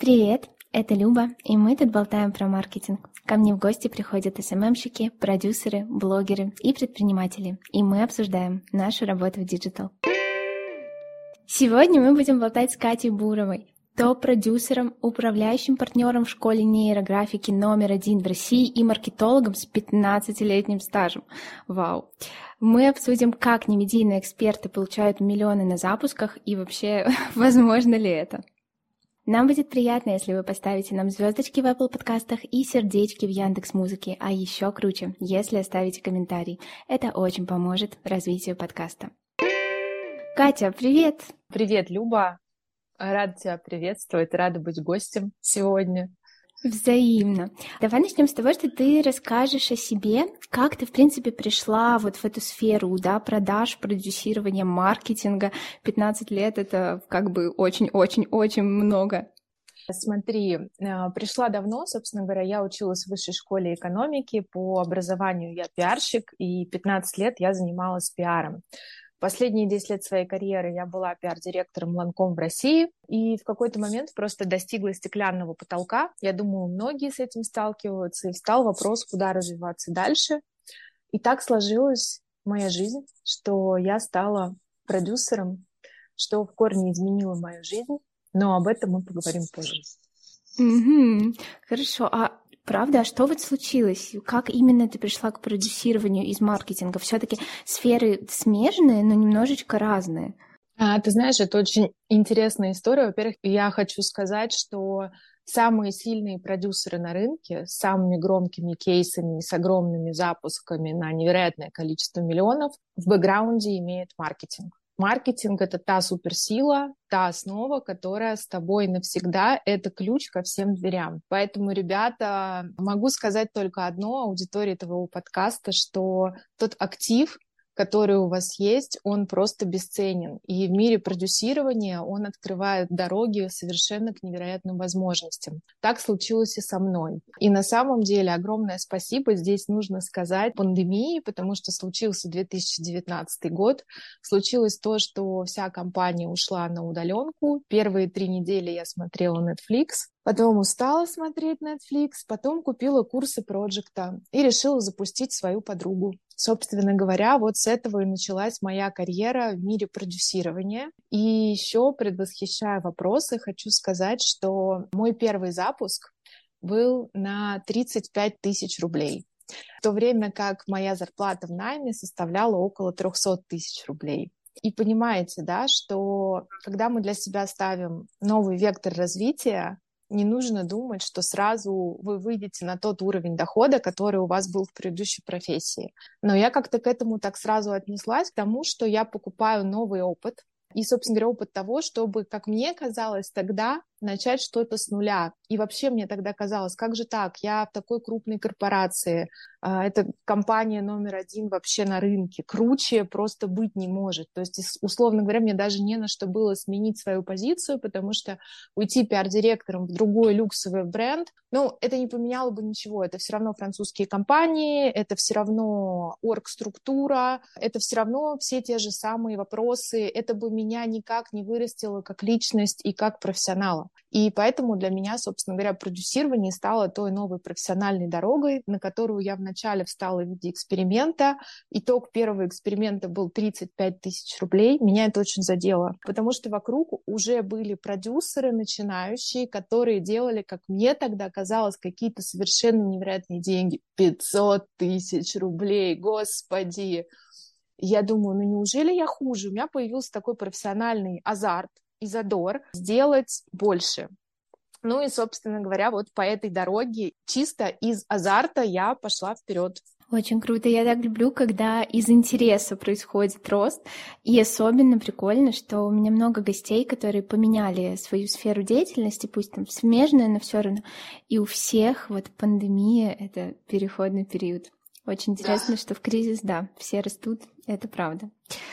Привет, это Люба, и мы тут болтаем про маркетинг. Ко мне в гости приходят СММщики, продюсеры, блогеры и предприниматели, и мы обсуждаем нашу работу в диджитал. Сегодня мы будем болтать с Катей Буровой, топ-продюсером, управляющим партнером в школе нейрографики номер 1 в России и маркетологом с 15-летним стажем. Вау! Мы обсудим, как немедийные эксперты получают миллионы на запусках и вообще, возможно ли это. Нам будет приятно, если вы поставите нам звездочки в Apple подкастах и сердечки в Яндекс.Музыке, а еще круче, если оставите комментарий. Это очень поможет развитию подкаста. Катя, привет! Привет, Люба! Рада тебя приветствовать, рада быть гостем сегодня. Взаимно. Давай начнем с того, что ты расскажешь о себе, как ты, в принципе, пришла вот в эту сферу, да, продаж, продюсирования, маркетинга. 15 лет — это как бы очень-очень-очень много. Смотри, пришла давно, собственно говоря, я училась в высшей школе экономики, по образованию я пиарщик, и 15 лет я занималась пиаром. Последние 10 лет своей карьеры я была пиар-директором Lancôme в России, и в какой-то момент просто достигла стеклянного потолка. Я думаю, многие с этим сталкиваются, и встал вопрос, куда развиваться дальше. И так сложилась моя жизнь, что я стала продюсером, что в корне изменило мою жизнь, но об этом мы поговорим позже. Хорошо, правда, а что вот случилось? Как именно ты пришла к продюсированию из маркетинга? Все-таки сферы смежные, но немножечко разные. Ты знаешь, это очень интересная история. Во-первых, я хочу сказать, что самые сильные продюсеры на рынке с самыми громкими кейсами, с огромными запусками на невероятное количество миллионов в бэкграунде имеют маркетинг. Маркетинг — это та суперсила, та основа, которая с тобой навсегда, это ключ ко всем дверям. Поэтому, ребята, могу сказать только одно аудитории твоего подкаста, что тот актив, который у вас есть, он просто бесценен. И в мире продюсирования он открывает дороги совершенно к невероятным возможностям. Так случилось и со мной. И на самом деле огромное спасибо здесь нужно сказать пандемии, потому что случился 2019 год. Случилось то, что вся компания ушла на удаленку. Первые 3 недели я смотрела Netflix. Потом устала смотреть Netflix, потом купила курсы Проджекта и решила запустить свою подругу. Собственно говоря, вот с этого и началась моя карьера в мире продюсирования. И еще, предвосхищая вопросы, хочу сказать, что мой первый запуск был на 35 тысяч рублей, в то время как моя зарплата в найме составляла около 300 тысяч рублей. И понимаете, да, что когда мы для себя ставим новый вектор развития, не нужно думать, что сразу вы выйдете на тот уровень дохода, который у вас был в предыдущей профессии. Но я как-то к этому так сразу отнеслась, к тому, что я покупаю новый опыт. И, собственно говоря, опыт того, чтобы, как мне казалось тогда, начать что-то с нуля. И вообще мне тогда казалось, как же так? Я в такой крупной корпорации, это компания номер 1 вообще на рынке, круче просто быть не может. То есть, условно говоря, мне даже не на что было сменить свою позицию, потому что уйти пиар-директором в другой люксовый бренд, это не поменяло бы ничего. Это все равно французские компании, это все равно оргструктура, это все равно все те же самые вопросы. Это бы меня никак не вырастило как личность и как профессионала. И поэтому для меня, собственно говоря, продюсирование стало той новой профессиональной дорогой, на которую я вначале встала в виде эксперимента. Итог первого эксперимента был 35 тысяч рублей. Меня это очень задело, потому что вокруг уже были продюсеры начинающие, которые делали, как мне тогда казалось, какие-то совершенно невероятные деньги. 500 тысяч рублей, господи! Я думаю, неужели я хуже? У меня появился такой профессиональный азарт и задор сделать больше. И, собственно говоря, вот по этой дороге чисто из азарта я пошла вперед. Очень круто. Я так люблю, когда из интереса происходит рост. И особенно прикольно, что у меня много гостей, которые поменяли свою сферу деятельности, пусть там смежная, но все равно. И у всех вот пандемия — это переходный период. Очень интересно, что в кризис, да, все растут, это правда.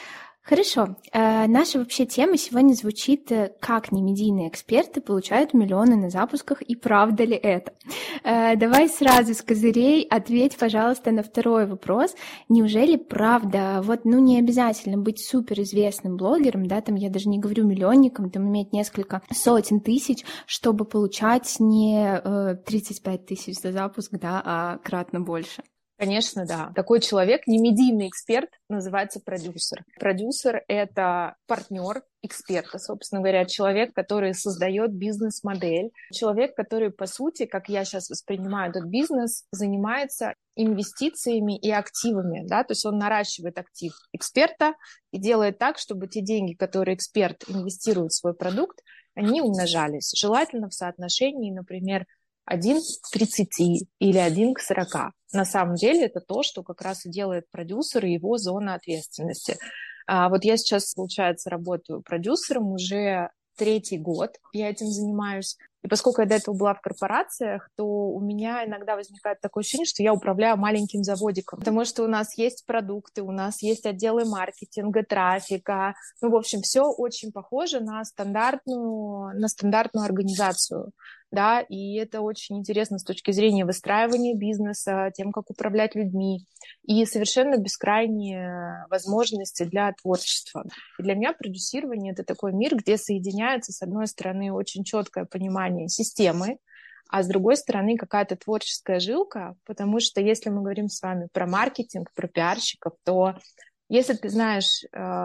Хорошо. Наша вообще тема сегодня звучит, как немедийные эксперты получают миллионы на запусках, и правда ли это? Давай сразу с козырей ответь, пожалуйста, на второй вопрос. Неужели правда, не обязательно быть суперизвестным блогером, да, там я даже не говорю миллионником, там иметь несколько сотен тысяч, чтобы получать не 35 тысяч за запуск, да, а кратно больше? Конечно, да. Такой человек, не медийный эксперт, называется продюсер. Продюсер — это партнер эксперта, собственно говоря, человек, который создает бизнес-модель, человек, который, по сути, как я сейчас воспринимаю этот бизнес, занимается инвестициями и активами, да, то есть он наращивает актив эксперта и делает так, чтобы те деньги, которые эксперт инвестирует в свой продукт, они умножались, желательно в соотношении, например, 1 к 30 или 1 к 40. На самом деле это то, что как раз и делает продюсер и его зона ответственности. Вот я сейчас, получается, работаю продюсером уже 3-й год. Я этим занимаюсь. И поскольку я до этого была в корпорациях, то у меня иногда возникает такое ощущение, что я управляю маленьким заводиком. Потому что у нас есть продукты, у нас есть отделы маркетинга, трафика. В общем, все очень похоже на стандартную организацию. Да, и это очень интересно с точки зрения выстраивания бизнеса, тем, как управлять людьми, и совершенно бескрайние возможности для творчества. И для меня продюсирование — это такой мир, где соединяется, с одной стороны, очень четкое понимание системы, а с другой стороны, какая-то творческая жилка, потому что если мы говорим с вами про маркетинг, про пиарщиков, то если ты знаешь,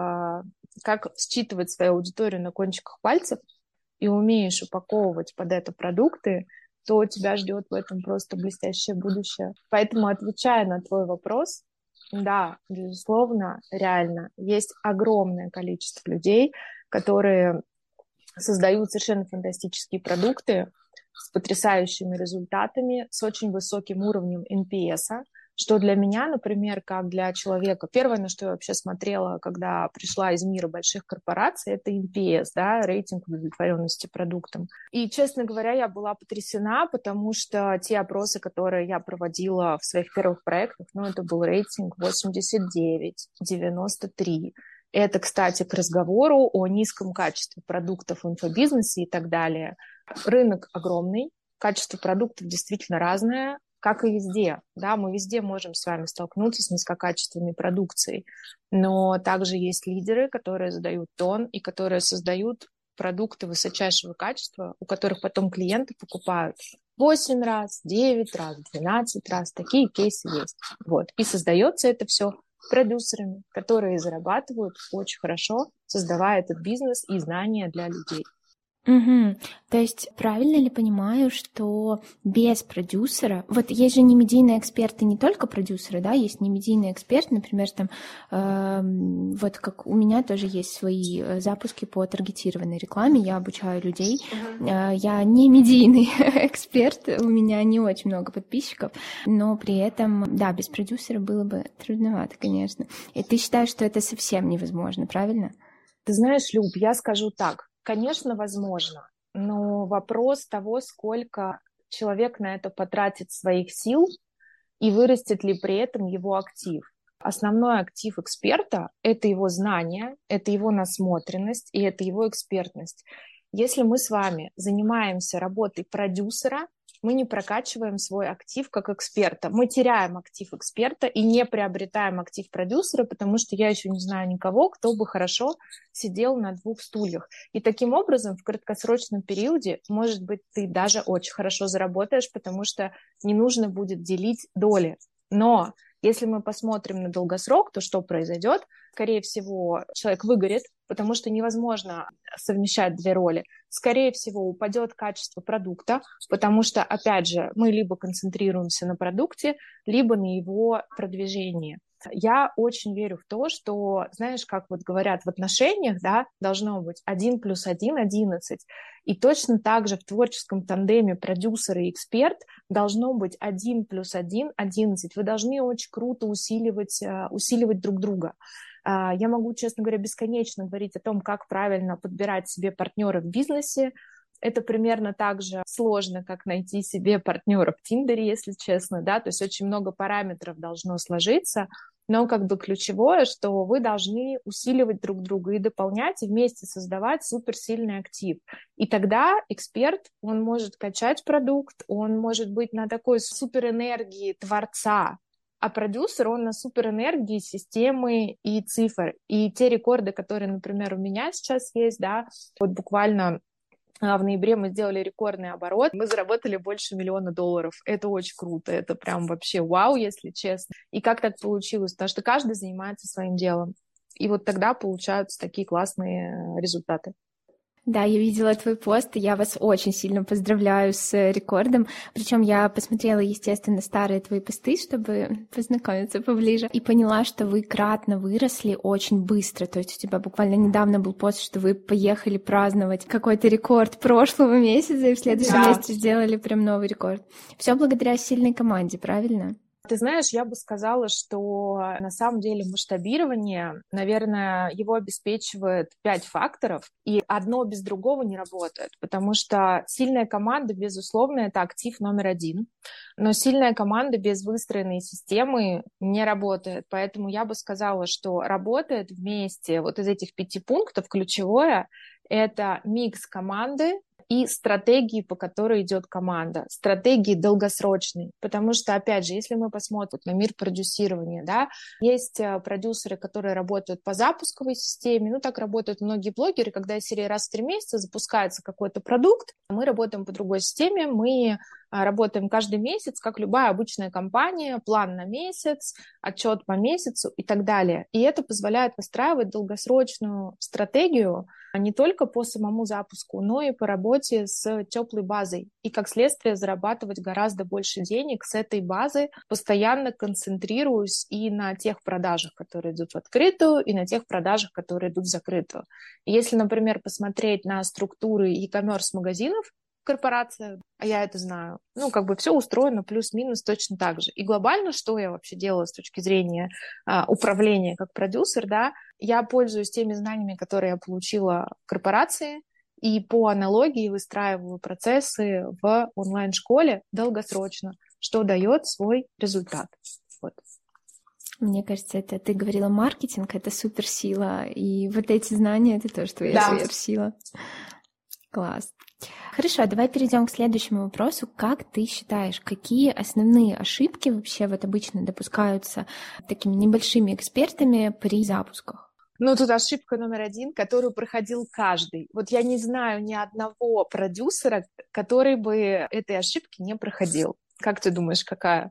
как считывать свою аудиторию на кончиках пальцев, и умеешь упаковывать под это продукты, то тебя ждет в этом просто блестящее будущее. Поэтому, отвечая на твой вопрос, да, безусловно, реально, есть огромное количество людей, которые создают совершенно фантастические продукты с потрясающими результатами, с очень высоким уровнем NPS, что для меня, например, как для человека, первое, на что я вообще смотрела, когда пришла из мира больших корпораций, это NPS, да, рейтинг удовлетворенности продуктом. И, честно говоря, я была потрясена, потому что те опросы, которые я проводила в своих первых проектах, это был рейтинг 89, 93. Это, кстати, к разговору о низком качестве продуктов в инфобизнесе и так далее. Рынок огромный, качество продуктов действительно разное, как и везде. Да, мы везде можем с вами столкнуться с низкокачественной продукцией, но также есть лидеры, которые задают тон и которые создают продукты высочайшего качества, у которых потом клиенты покупают 8 раз, 9 раз, 12 раз. Такие кейсы есть. И создается это все продюсерами, которые зарабатывают очень хорошо, создавая этот бизнес и знания для людей. Угу. То есть правильно ли понимаю, что без продюсера, есть же немедийные эксперты, не только продюсеры, да, есть немедийный эксперт, например, там, как у меня тоже есть свои запуски по таргетированной рекламе, я обучаю людей, я не медийный эксперт, у меня не очень много подписчиков, но при этом, да, без продюсера было бы трудновато, конечно. И ты считаешь, что это совсем невозможно, правильно? Ты знаешь, Люб, я скажу так. Конечно, возможно, но вопрос того, сколько человек на это потратит своих сил и вырастет ли при этом его актив. Основной актив эксперта — это его знания, это его насмотренность и это его экспертность. Если мы с вами занимаемся работой продюсера, мы не прокачиваем свой актив как эксперта. Мы теряем актив эксперта и не приобретаем актив продюсера, потому что я еще не знаю никого, кто бы хорошо сидел на 2 стульях. И таким образом в краткосрочном периоде, может быть, ты даже очень хорошо заработаешь, потому что не нужно будет делить доли. Но если мы посмотрим на долгосрок, то что произойдет? Скорее всего, человек выгорит, потому что невозможно совмещать 2 роли. Скорее всего, упадет качество продукта, потому что, опять же, мы либо концентрируемся на продукте, либо на его продвижении. Я очень верю в то, что, знаешь, как говорят в отношениях, да, должно быть 1 + 1 = 11. И точно так же в творческом тандеме продюсер и эксперт должно быть 1 + 1 = 11. Вы должны очень круто усиливать друг друга. Я могу, честно говоря, бесконечно говорить о том, как правильно подбирать себе партнера в бизнесе. Это примерно так же сложно, как найти себе партнера в Тиндере, если честно, да, то есть очень много параметров должно сложиться, но как бы ключевое, что вы должны усиливать друг друга и дополнять, и вместе создавать суперсильный актив. И тогда эксперт, он может качать продукт, он может быть на такой суперэнергии творца, а продюсер, он на суперэнергии системы и цифр. И те рекорды, которые, например, у меня сейчас есть, да, вот буквально в ноябре мы сделали рекордный оборот, мы заработали больше $1 000 000. Это очень круто, это прям вообще вау, если честно. И как так получилось? Потому что каждый занимается своим делом. И вот тогда получаются такие классные результаты. Да, я видела твой пост, и я вас очень сильно поздравляю с рекордом. Причем я посмотрела, естественно, старые твои посты, чтобы познакомиться поближе, и поняла, что вы кратно выросли очень быстро. То есть у тебя буквально недавно был пост, что вы поехали праздновать какой-то рекорд прошлого месяца, и в следующем месяце сделали прям новый рекорд. Все благодаря сильной команде, правильно? Ты знаешь, я бы сказала, что на самом деле масштабирование, наверное, его обеспечивает 5 факторов, и одно без другого не работает, потому что сильная команда, безусловно, это актив номер один, но сильная команда без выстроенной системы не работает, поэтому я бы сказала, что работает вместе вот из этих 5 пунктов ключевое — это микс команды и стратегии, по которой идет команда, стратегии долгосрочные, потому что, опять же, если мы посмотрим на мир продюсирования, да, есть продюсеры, которые работают по запусковой системе, ну, так работают многие блогеры, когда серия раз в 3 месяца запускается какой-то продукт, мы работаем по другой системе, мы работаем каждый месяц, как любая обычная компания, план на месяц, отчет по месяцу и так далее. И это позволяет выстраивать долгосрочную стратегию не только по самому запуску, но и по работе с теплой базой. И как следствие зарабатывать гораздо больше денег с этой базы, постоянно концентрируясь и на тех продажах, которые идут в открытую, и на тех продажах, которые идут в закрытую. И если, например, посмотреть на структуры e-commerce магазинов, корпорация, а я это знаю, ну, как бы все устроено плюс-минус точно так же. И глобально, что я вообще делала с точки зрения управления как продюсер, да, я пользуюсь теми знаниями, которые я получила в корпорации, и по аналогии выстраиваю процессы в онлайн-школе долгосрочно, что дает свой результат. Вот. Мне кажется, это ты говорила маркетинг, это суперсила, и вот эти знания — это тоже твоя суперсила. Класс. Хорошо, давай перейдем к следующему вопросу. Как ты считаешь, какие основные ошибки вообще вот обычно допускаются такими небольшими экспертами при запусках? Ну, тут ошибка номер 1, которую проходил каждый. Вот я не знаю ни одного продюсера, который бы этой ошибки не проходил. Как ты думаешь, какая?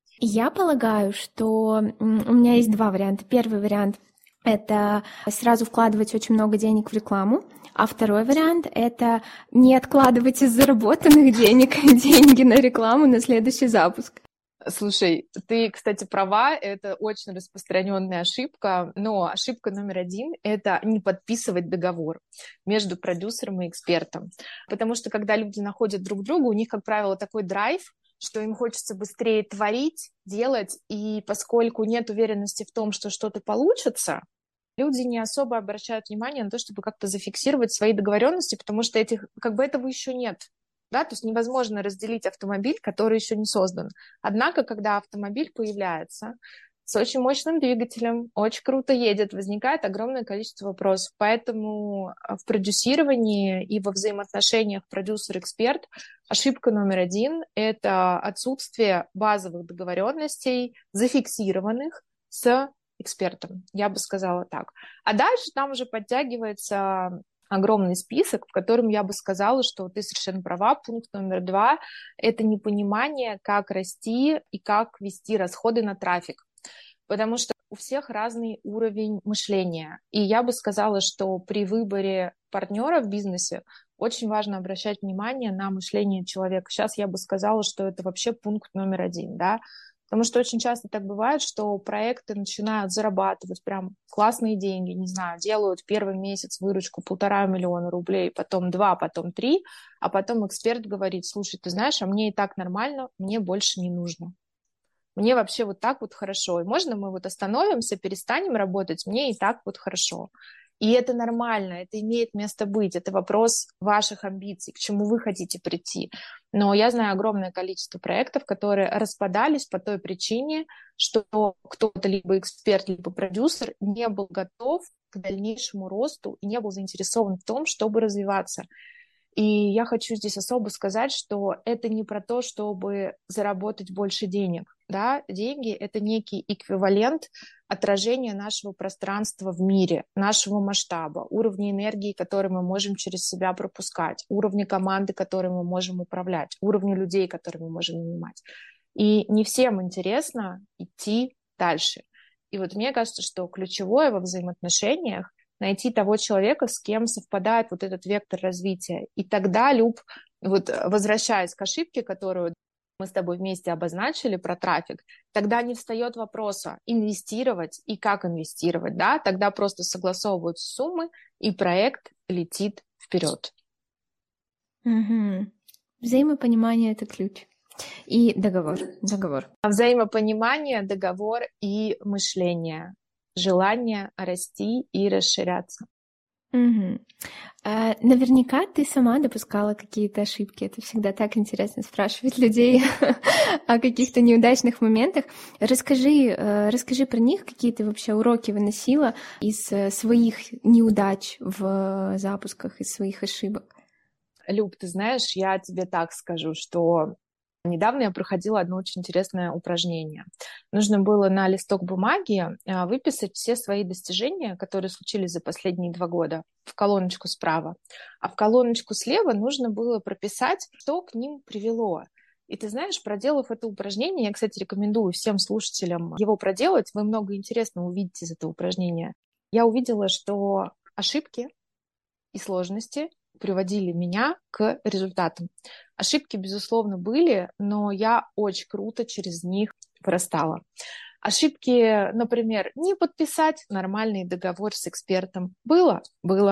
Я полагаю, что у меня есть 2 варианта. Первый вариант — это сразу вкладывать очень много денег в рекламу, а второй вариант — это не откладывать из заработанных денег деньги на рекламу на следующий запуск. Слушай, ты, кстати, права, это очень распространенная ошибка, но ошибка номер 1 — это не подписывать договор между продюсером и экспертом, потому что когда люди находят друг друга, у них, как правило, такой драйв, что им хочется быстрее творить, делать, и поскольку нет уверенности в том, что что-то получится, люди не особо обращают внимание на то, чтобы как-то зафиксировать свои договоренности, потому что этого еще нет. Да, то есть невозможно разделить автомобиль, который еще не создан. Однако, когда автомобиль появляется с очень мощным двигателем, очень круто едет, возникает огромное количество вопросов. Поэтому в продюсировании и во взаимоотношениях продюсер-эксперт ошибка номер 1 — это отсутствие базовых договоренностей, зафиксированных с экспертом. Я бы сказала так. А дальше там уже подтягивается огромный список, в котором я бы сказала, что ты совершенно права. Пункт номер 2 — это непонимание, как расти и как вести расходы на трафик. Потому что у всех разный уровень мышления. И я бы сказала, что при выборе партнера в бизнесе очень важно обращать внимание на мышление человека. Сейчас я бы сказала, что это вообще пункт номер 1, да. Потому что очень часто так бывает, что проекты начинают зарабатывать прям классные деньги, не знаю, делают первый месяц выручку 1,5 миллиона рублей, потом 2, потом 3, а потом эксперт говорит: слушай, ты знаешь, а мне и так нормально, мне больше не нужно. Мне вообще вот так вот хорошо. И можно мы вот остановимся, перестанем работать, мне и так вот хорошо. И это нормально, это имеет место быть, это вопрос ваших амбиций, к чему вы хотите прийти. Но я знаю огромное количество проектов, которые распадались по той причине, что кто-то либо эксперт, либо продюсер не был готов к дальнейшему росту и не был заинтересован в том, чтобы развиваться. И я хочу здесь особо сказать, что это не про то, чтобы заработать больше денег. Да? Деньги — это некий эквивалент отражения нашего пространства в мире, нашего масштаба, уровня энергии, который мы можем через себя пропускать, уровня команды, которой мы можем управлять, уровня людей, которые мы можем нанимать. И не всем интересно идти дальше. И вот мне кажется, что ключевое во взаимоотношениях — найти того человека, с кем совпадает вот этот вектор развития. И тогда, Люб, вот возвращаясь к ошибке, которую мы с тобой вместе обозначили про трафик, тогда не встает вопроса инвестировать и как инвестировать, да, тогда просто согласовываются суммы, и проект летит вперед. Угу. Взаимопонимание — это ключ. И договор. Взаимопонимание, договор и мышление. Желание расти и расширяться. Угу. Наверняка ты сама допускала какие-то ошибки. Это всегда так интересно спрашивать людей о каких-то неудачных моментах. Расскажи про них, какие ты вообще уроки выносила из своих неудач в запусках, из своих ошибок. Люб, ты знаешь, я тебе так скажу, что недавно я проходила одно очень интересное упражнение. Нужно было на листок бумаги выписать все свои достижения, которые случились за последние 2 года, в колоночку справа. А в колоночку слева нужно было прописать, что к ним привело. И ты знаешь, проделав это упражнение, я, кстати, рекомендую всем слушателям его проделать, вы много интересного увидите из этого упражнения. Я увидела, что ошибки и сложности приводили меня к результатам. Ошибки, безусловно, были, но я очень круто через них вырастала. Ошибки, например, не подписать нормальный договор с экспертом. Было.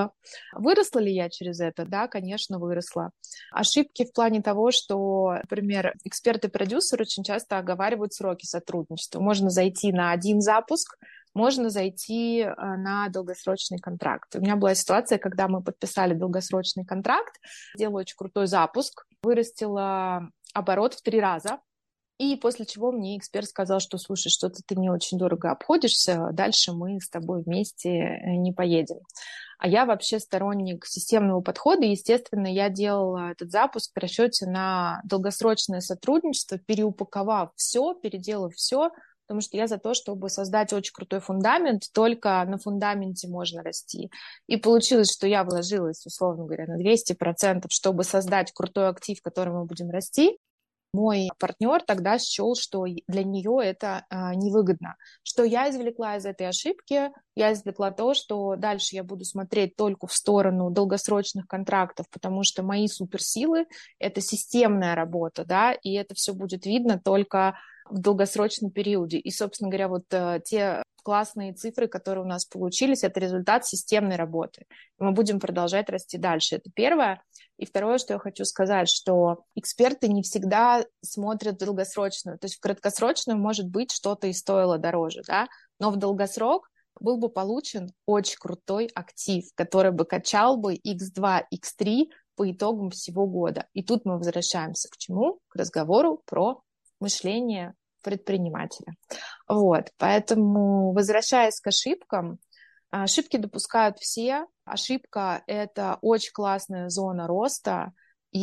Выросла ли я через это? Да, конечно, выросла. Ошибки в плане того, что, например, эксперт и продюсер очень часто оговаривают сроки сотрудничества. Можно зайти на 1 запуск, можно зайти на долгосрочный контракт. У меня была ситуация, когда мы подписали долгосрочный контракт, сделала очень крутой запуск, вырастила оборот в 3 раза, и после чего мне эксперт сказал, что, слушай, что-то ты не очень дорого обходишься, дальше мы с тобой вместе не поедем. А я вообще сторонник системного подхода, и, естественно, я делала этот запуск в расчете на долгосрочное сотрудничество, переупаковав все, переделав все, потому что я за то, чтобы создать очень крутой фундамент, только на фундаменте можно расти. И получилось, что я вложилась, условно говоря, на 200%, чтобы создать крутой актив, в котором мы будем расти. Мой партнер тогда счел, что для нее это невыгодно. Что я извлекла из этой ошибки? Я извлекла то, что дальше я буду смотреть только в сторону долгосрочных контрактов, потому что мои суперсилы — это системная работа, да, и это все будет видно только в долгосрочном периоде. И, собственно говоря, вот те классные цифры, которые у нас получились, это результат системной работы. И мы будем продолжать расти дальше. Это первое. И второе, что я хочу сказать, что эксперты не всегда смотрят в долгосрочную. То есть в краткосрочную, может быть, что-то и стоило дороже, да, но в долгосрок был бы получен очень крутой актив, который бы качал бы x2, x3 по итогам всего года. И тут мы возвращаемся к чему? К разговору про мышление предпринимателя. Вот, поэтому, возвращаясь к ошибкам, ошибки допускают все. Ошибка — это очень классная зона роста,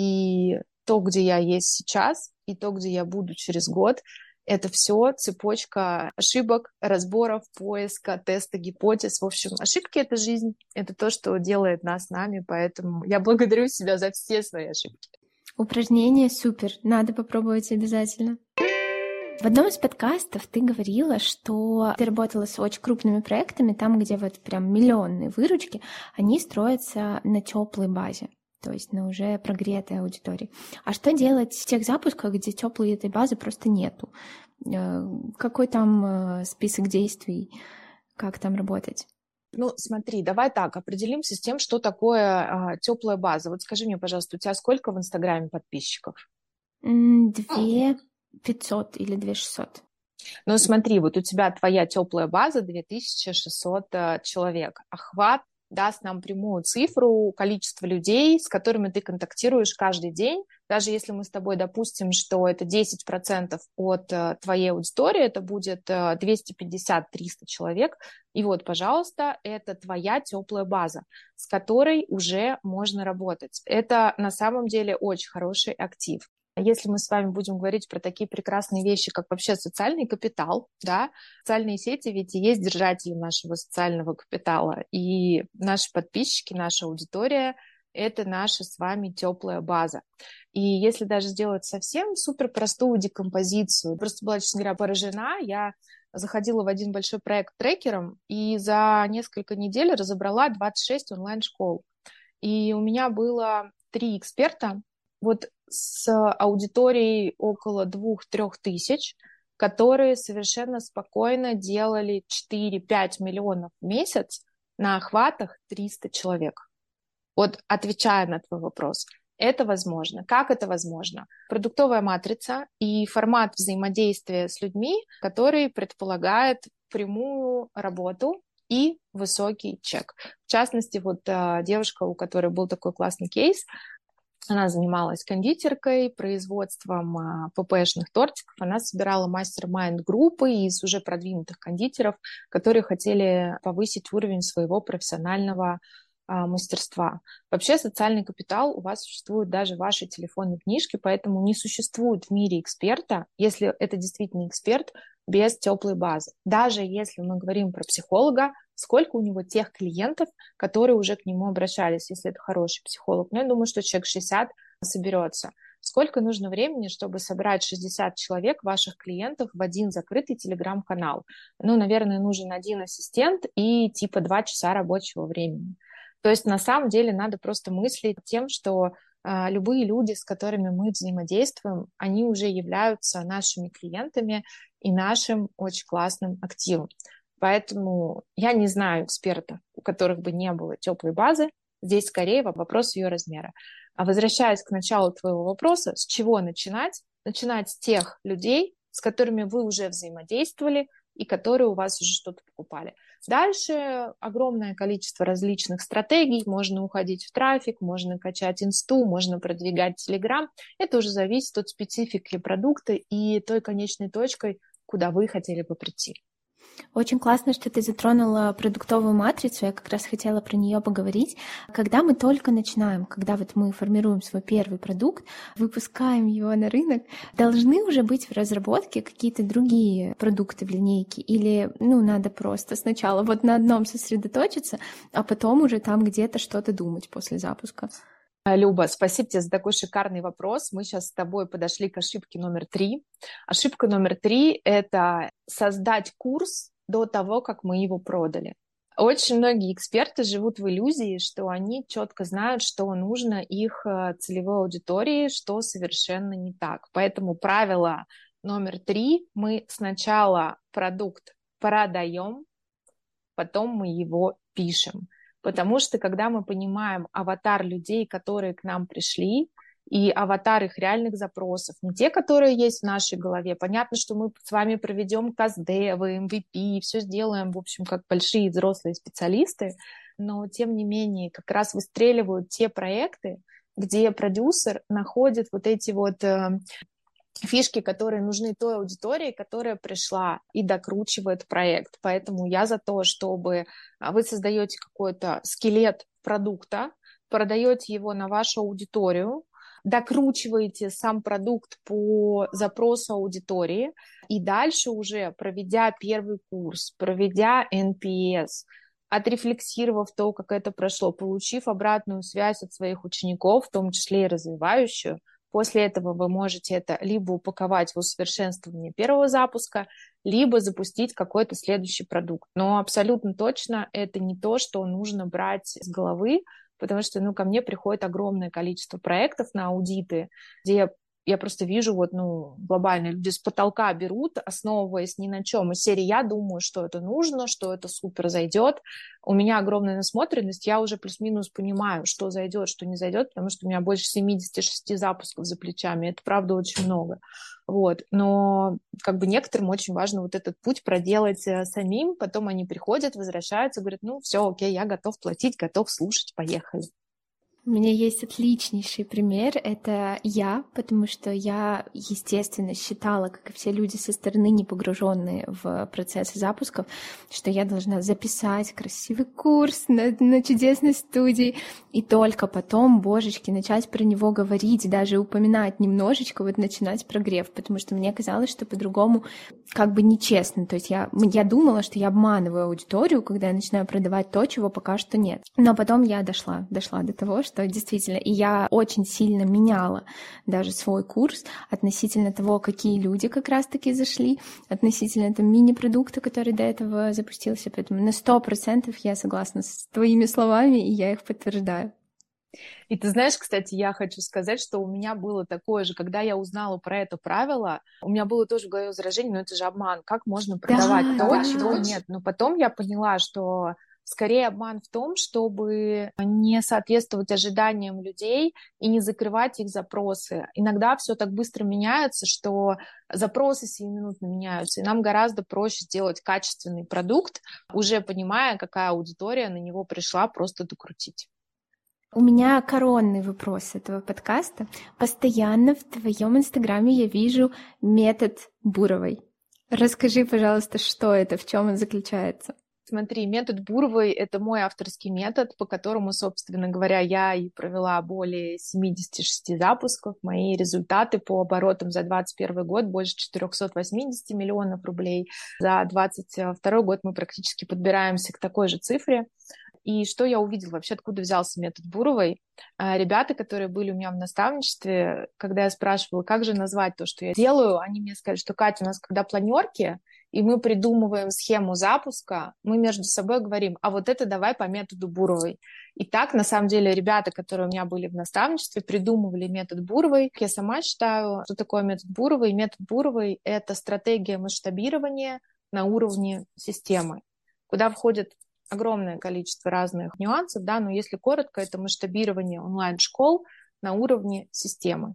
и то, где я есть сейчас, и то, где я буду через год, это все цепочка ошибок, разборов, поиска, теста, гипотез. В общем, ошибки — это жизнь, это то, что делает нас нами, поэтому я благодарю себя за все свои ошибки. Упражнение супер, надо попробовать обязательно. В одном из подкастов ты говорила, что ты работала с очень крупными проектами, там, где вот прям миллионные выручки, они строятся на теплой базе, то есть на уже прогретой аудитории. А что делать в тех запусках, где теплой этой базы просто нету? Какой там список действий? Как там работать? Ну, смотри, давай так, определимся с тем, что такое теплая база. Вот скажи мне, пожалуйста, у тебя сколько в Инстаграме подписчиков? 2500 или 2600. Ну, смотри, вот у тебя твоя теплая база 2600 человек. Охват даст нам прямую цифру количества людей, с которыми ты контактируешь каждый день. Даже если мы с тобой допустим, что это 10% от твоей аудитории, это будет 250-300 человек. И вот, пожалуйста, это твоя теплая база, с которой уже можно работать. Это на самом деле очень хороший актив. Если мы с вами будем говорить про такие прекрасные вещи, как вообще социальный капитал, да, социальные сети ведь и есть держатели нашего социального капитала, и наши подписчики, наша аудитория — это наша с вами теплая база. И если даже сделать совсем супер простую декомпозицию, просто была, честно говоря, поражена, я заходила в один большой проект трекером и за несколько недель разобрала 26 онлайн-школ. И у меня было 3 эксперта, вот с аудиторией около 2-3 тысяч, которые совершенно спокойно делали 4-5 миллионов в месяц на охватах 300 человек. Вот отвечая на твой вопрос, это возможно. Как это возможно? Продуктовая матрица и формат взаимодействия с людьми, который предполагает прямую работу и высокий чек. В частности, вот девушка, у которой был такой классный кейс, она занималась кондитеркой, производством ППшных тортиков. Она собирала мастер-майнд группы из уже продвинутых кондитеров, которые хотели повысить уровень своего профессионального мастерства. Вообще социальный капитал у вас существует даже в вашей телефонной книжке, поэтому не существует в мире эксперта, если это действительно эксперт, без теплой базы. Даже если мы говорим про психолога, сколько у него тех клиентов, которые уже к нему обращались, если это хороший психолог. Но я думаю, что человек 60 соберется. Сколько нужно времени, чтобы собрать 60 человек, ваших клиентов, в один закрытый телеграм-канал? Ну, наверное, нужен один ассистент и типа 2 часа рабочего времени. То есть на самом деле надо просто мыслить тем, что любые люди, с которыми мы взаимодействуем, они уже являются нашими клиентами и нашим очень классным активом. Поэтому я не знаю экспертов, у которых бы не было теплой базы. Здесь скорее вопрос ее размера. А возвращаясь к началу твоего вопроса, с чего начинать? Начинать с тех людей, с которыми вы уже взаимодействовали и которые у вас уже что-то покупали. Дальше огромное количество различных стратегий. Можно уходить в трафик, можно качать инсту, можно продвигать телеграм. Это уже зависит от специфики продукта и той конечной точкой, куда вы хотели бы прийти. Очень классно, что ты затронула продуктовую матрицу, я как раз хотела про нее поговорить. Когда мы только начинаем, когда вот мы формируем свой первый продукт, выпускаем его на рынок, должны уже быть в разработке какие-то другие продукты в линейке? Или, надо просто сначала вот на одном сосредоточиться, а потом уже там где-то что-то думать после запуска? Люба, спасибо тебе за такой шикарный вопрос. Мы сейчас с тобой подошли к ошибке номер 3. Ошибка номер 3 – это создать курс до того, как мы его продали. Очень многие эксперты живут в иллюзии, что они четко знают, что нужно их целевой аудитории, что совершенно не так. Поэтому правило номер 3 – мы сначала продукт продаем, потом мы его пишем. Потому что, когда мы понимаем аватар людей, которые к нам пришли, и аватар их реальных запросов, не те, которые есть в нашей голове. Понятно, что мы с вами проведем тест-девы, MVP, все сделаем, в общем, как большие взрослые специалисты, но, тем не менее, как раз выстреливают те проекты, где продюсер находит вот эти вот фишки, которые нужны той аудитории, которая пришла и докручивает проект. Поэтому я за то, чтобы вы создаете какой-то скелет продукта, продаете его на вашу аудиторию, докручиваете сам продукт по запросу аудитории, и дальше уже, проведя первый курс, проведя NPS, отрефлексировав то, как это прошло, получив обратную связь от своих учеников, в том числе и развивающую, после этого вы можете это либо упаковать в усовершенствование первого запуска, либо запустить какой-то следующий продукт. Но абсолютно точно это не то, что нужно брать с головы, потому что ко мне приходит огромное количество проектов на аудиты, где я просто вижу глобально люди с потолка берут, основываясь ни на чем. Из серии я думаю, что это нужно, что это супер зайдет. У меня огромная насмотренность, я уже плюс-минус понимаю, что зайдет, что не зайдет, потому что у меня больше 76 запусков за плечами. Это, правда, очень много. Вот. Но как бы некоторым очень важно вот этот путь проделать самим, потом они приходят, возвращаются, говорят, все, окей, я готов платить, готов слушать, поехали. У меня есть отличнейший пример, это я, потому что я, естественно, считала, как и все люди со стороны, не погруженные в процессы запусков, что я должна записать красивый курс на чудесной студии, и только потом, божечки, начать про него говорить, даже упоминать немножечко, вот начинать прогрев, потому что мне казалось, что по-другому как бы нечестно, то есть я думала, что я обманываю аудиторию, когда я начинаю продавать то, чего пока что нет. Но потом я дошла до того, что действительно, и я очень сильно меняла даже свой курс относительно того, какие люди как раз-таки зашли, относительно там мини-продукта, который до этого запустился, поэтому на 100% я согласна с твоими словами, и я их подтверждаю. И ты знаешь, кстати, я хочу сказать, что у меня было такое же, когда я узнала про это правило, у меня было тоже в голове возражение, но это же обман, как можно продавать чего нет. Но потом я поняла, что скорее обман в том, чтобы не соответствовать ожиданиям людей и не закрывать их запросы. Иногда все так быстро меняется, что запросы сиюминутно меняются, и нам гораздо проще сделать качественный продукт, уже понимая, какая аудитория на него пришла, просто докрутить. У меня коронный вопрос этого подкаста. Постоянно в твоем инстаграме я вижу метод Буровой. Расскажи, пожалуйста, что это, в чем он заключается? Смотри, метод Буровой — это мой авторский метод, по которому, собственно говоря, я и провела более 76 запусков. Мои результаты по оборотам за 2021 год больше 480 миллионов рублей. За 2022 год мы практически подбираемся к такой же цифре. И что я увидела вообще, откуда взялся метод Буровой? Ребята, которые были у меня в наставничестве, когда я спрашивала, как же назвать то, что я делаю, они мне сказали, что, Катя, у нас когда планерки, и мы придумываем схему запуска, мы между собой говорим, а вот это давай по методу Буровой. И так, на самом деле, ребята, которые у меня были в наставничестве, придумывали метод Буровой. Я сама считаю, что такое метод Буровой. Метод Буровой — это стратегия масштабирования на уровне системы, куда входит огромное количество разных нюансов, да, но если коротко, это масштабирование онлайн-школ на уровне системы.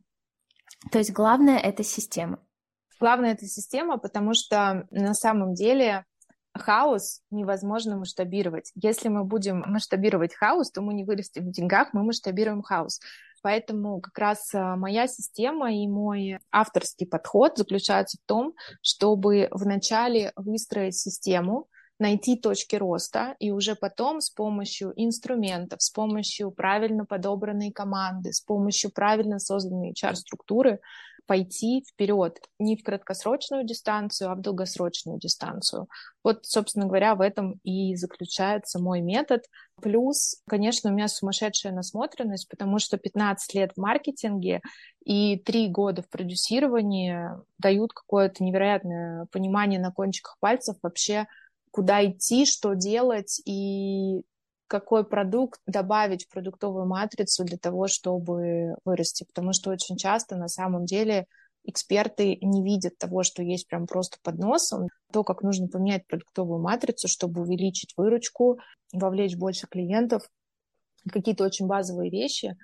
То есть главное — это система. Главное — это система, потому что на самом деле хаос невозможно масштабировать. Если мы будем масштабировать хаос, то мы не вырастем в деньгах, мы масштабируем хаос. Поэтому как раз моя система и мой авторский подход заключается в том, чтобы вначале выстроить систему, найти точки роста, и уже потом с помощью инструментов, с помощью правильно подобранной команды, с помощью правильно созданной HR-структуры пойти вперед не в краткосрочную дистанцию, а в долгосрочную дистанцию. Вот, собственно говоря, в этом и заключается мой метод. Плюс, конечно, у меня сумасшедшая насмотренность, потому что 15 лет в маркетинге и 3 года в продюсировании дают какое-то невероятное понимание на кончиках пальцев вообще, куда идти, что делать и какой продукт добавить в продуктовую матрицу для того, чтобы вырасти. Потому что очень часто на самом деле эксперты не видят того, что есть прям просто под носом, то, как нужно поменять продуктовую матрицу, чтобы увеличить выручку, вовлечь больше клиентов, какие-то очень базовые вещи.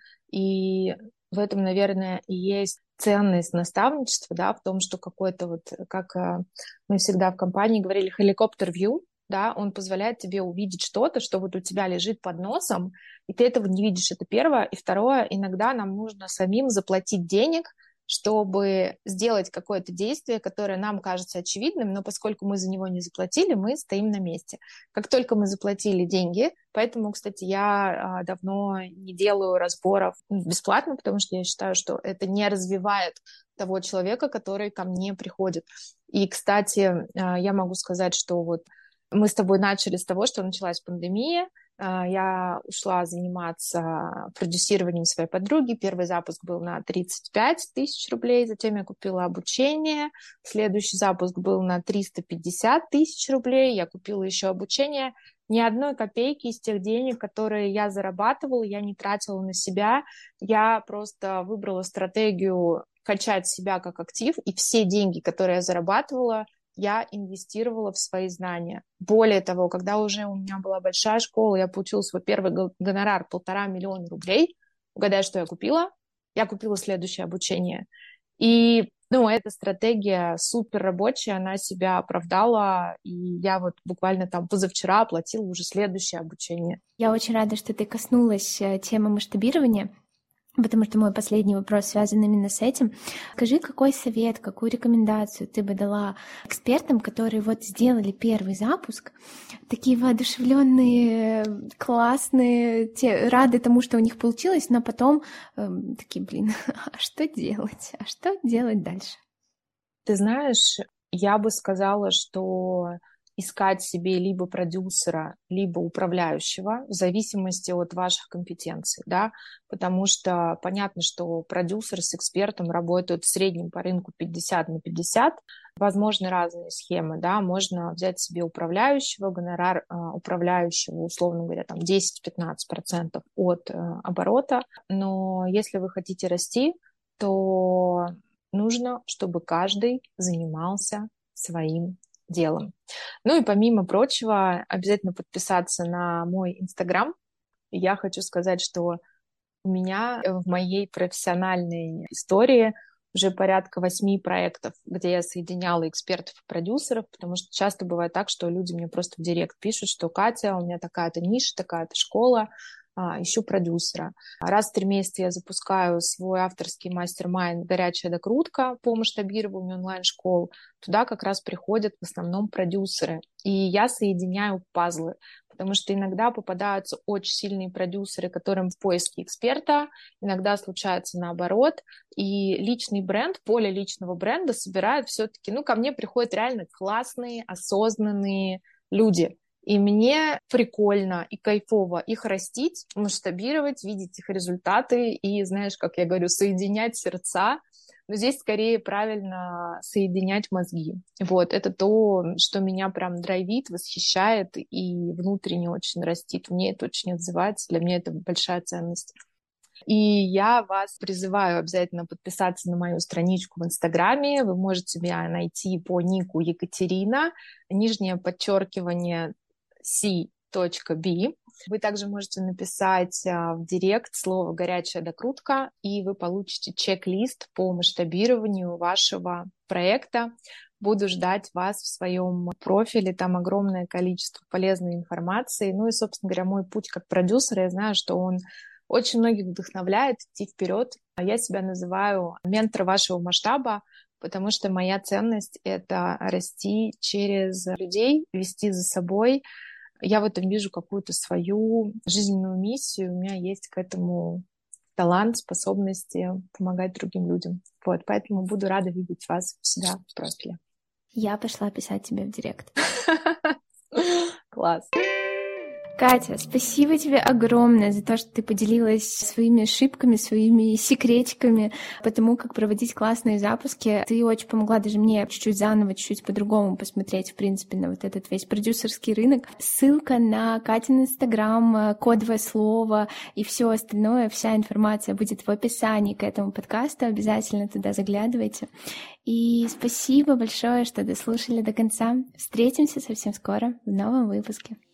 И в этом, наверное, и есть ценность наставничества, да, в том, что какой-то вот, как мы всегда в компании говорили, helicopter-view, да, он позволяет тебе увидеть что-то, что вот у тебя лежит под носом, и ты этого не видишь, это первое. И второе, иногда нам нужно самим заплатить денег, чтобы сделать какое-то действие, которое нам кажется очевидным, но поскольку мы за него не заплатили, мы стоим на месте. Как только мы заплатили деньги, поэтому, кстати, я давно не делаю разборов бесплатно, потому что я считаю, что это не развивает того человека, который ко мне приходит. И, кстати, я могу сказать, что вот мы с тобой начали с того, что началась пандемия. Я ушла заниматься продюсированием своей подруги. Первый запуск был на 35 тысяч рублей, затем я купила обучение. Следующий запуск был на 350 тысяч рублей. Я купила еще обучение. Ни одной копейки из тех денег, которые я зарабатывала, я не тратила на себя. Я просто выбрала стратегию качать себя как актив, и все деньги, которые я зарабатывала, я инвестировала в свои знания. Более того, когда уже у меня была большая школа, я получила свой первый гонорар 1,5 миллиона рублей. Угадай, что я купила? Я купила следующее обучение. И, эта стратегия супер рабочая, она себя оправдала, и я вот буквально там позавчера оплатила уже следующее обучение. Я очень рада, что ты коснулась темы масштабирования, потому что мой последний вопрос связан именно с этим. Скажи, какой совет, какую рекомендацию ты бы дала экспертам, которые вот сделали первый запуск, такие воодушевленные, классные, рады тому, что у них получилось, но потом такие, а что делать? А что делать дальше? Ты знаешь, я бы сказала, что искать себе либо продюсера, либо управляющего в зависимости от ваших компетенций, да, потому что понятно, что продюсер с экспертом работают в среднем по рынку 50/50, возможны разные схемы, да, можно взять себе управляющего, гонорар управляющего, условно говоря, там 10-15% от оборота, но если вы хотите расти, то нужно, чтобы каждый занимался своим делом. Ну и помимо прочего, обязательно подписаться на мой Инстаграм. Я хочу сказать, что у меня в моей профессиональной истории уже порядка 8 проектов, где я соединяла экспертов и продюсеров, потому что часто бывает так, что люди мне просто в директ пишут, что Катя, у меня такая-то ниша, такая-то школа, ищу продюсера. Раз в 3 месяца я запускаю свой авторский мастер-майнд «Горячая докрутка» по масштабированию онлайн-школ. Туда как раз приходят в основном продюсеры. И я соединяю пазлы, потому что иногда попадаются очень сильные продюсеры, которым в поиске эксперта, иногда случается наоборот. И личный бренд, поле личного бренда собирают все-таки, ко мне приходят реально классные, осознанные люди. И мне прикольно и кайфово их растить, масштабировать, видеть их результаты и, знаешь, как я говорю, соединять сердца. Но здесь скорее правильно соединять мозги. Вот, это то, что меня прям драйвит, восхищает и внутренне очень растит. Мне это очень отзывается, для меня это большая ценность. И я вас призываю обязательно подписаться на мою страничку в Инстаграме. Вы можете меня найти по нику Екатерина, _, c.b. Вы также можете написать в директ слово «горячая докрутка», и вы получите чек-лист по масштабированию вашего проекта. Буду ждать вас в своем профиле, там огромное количество полезной информации. Ну и, собственно говоря, мой путь как продюсера, я знаю, что он очень многих вдохновляет идти вперед. Я себя называю ментор вашего масштаба, потому что моя ценность — это расти через людей, вести за собой. Я в этом вижу какую-то свою жизненную миссию, у меня есть к этому талант, способности помогать другим людям. Вот, поэтому буду рада видеть вас у себя в профиле. Я пошла писать тебе в директ. Класс. Катя, спасибо тебе огромное за то, что ты поделилась своими ошибками, своими секретиками по тому, как проводить классные запуски. Ты очень помогла даже мне чуть-чуть заново, чуть-чуть по-другому посмотреть, в принципе, на вот этот весь продюсерский рынок. Ссылка на Катин Инстаграм, кодовое слово и все остальное, вся информация будет в описании к этому подкасту. Обязательно туда заглядывайте. И спасибо большое, что дослушали до конца. Встретимся совсем скоро в новом выпуске.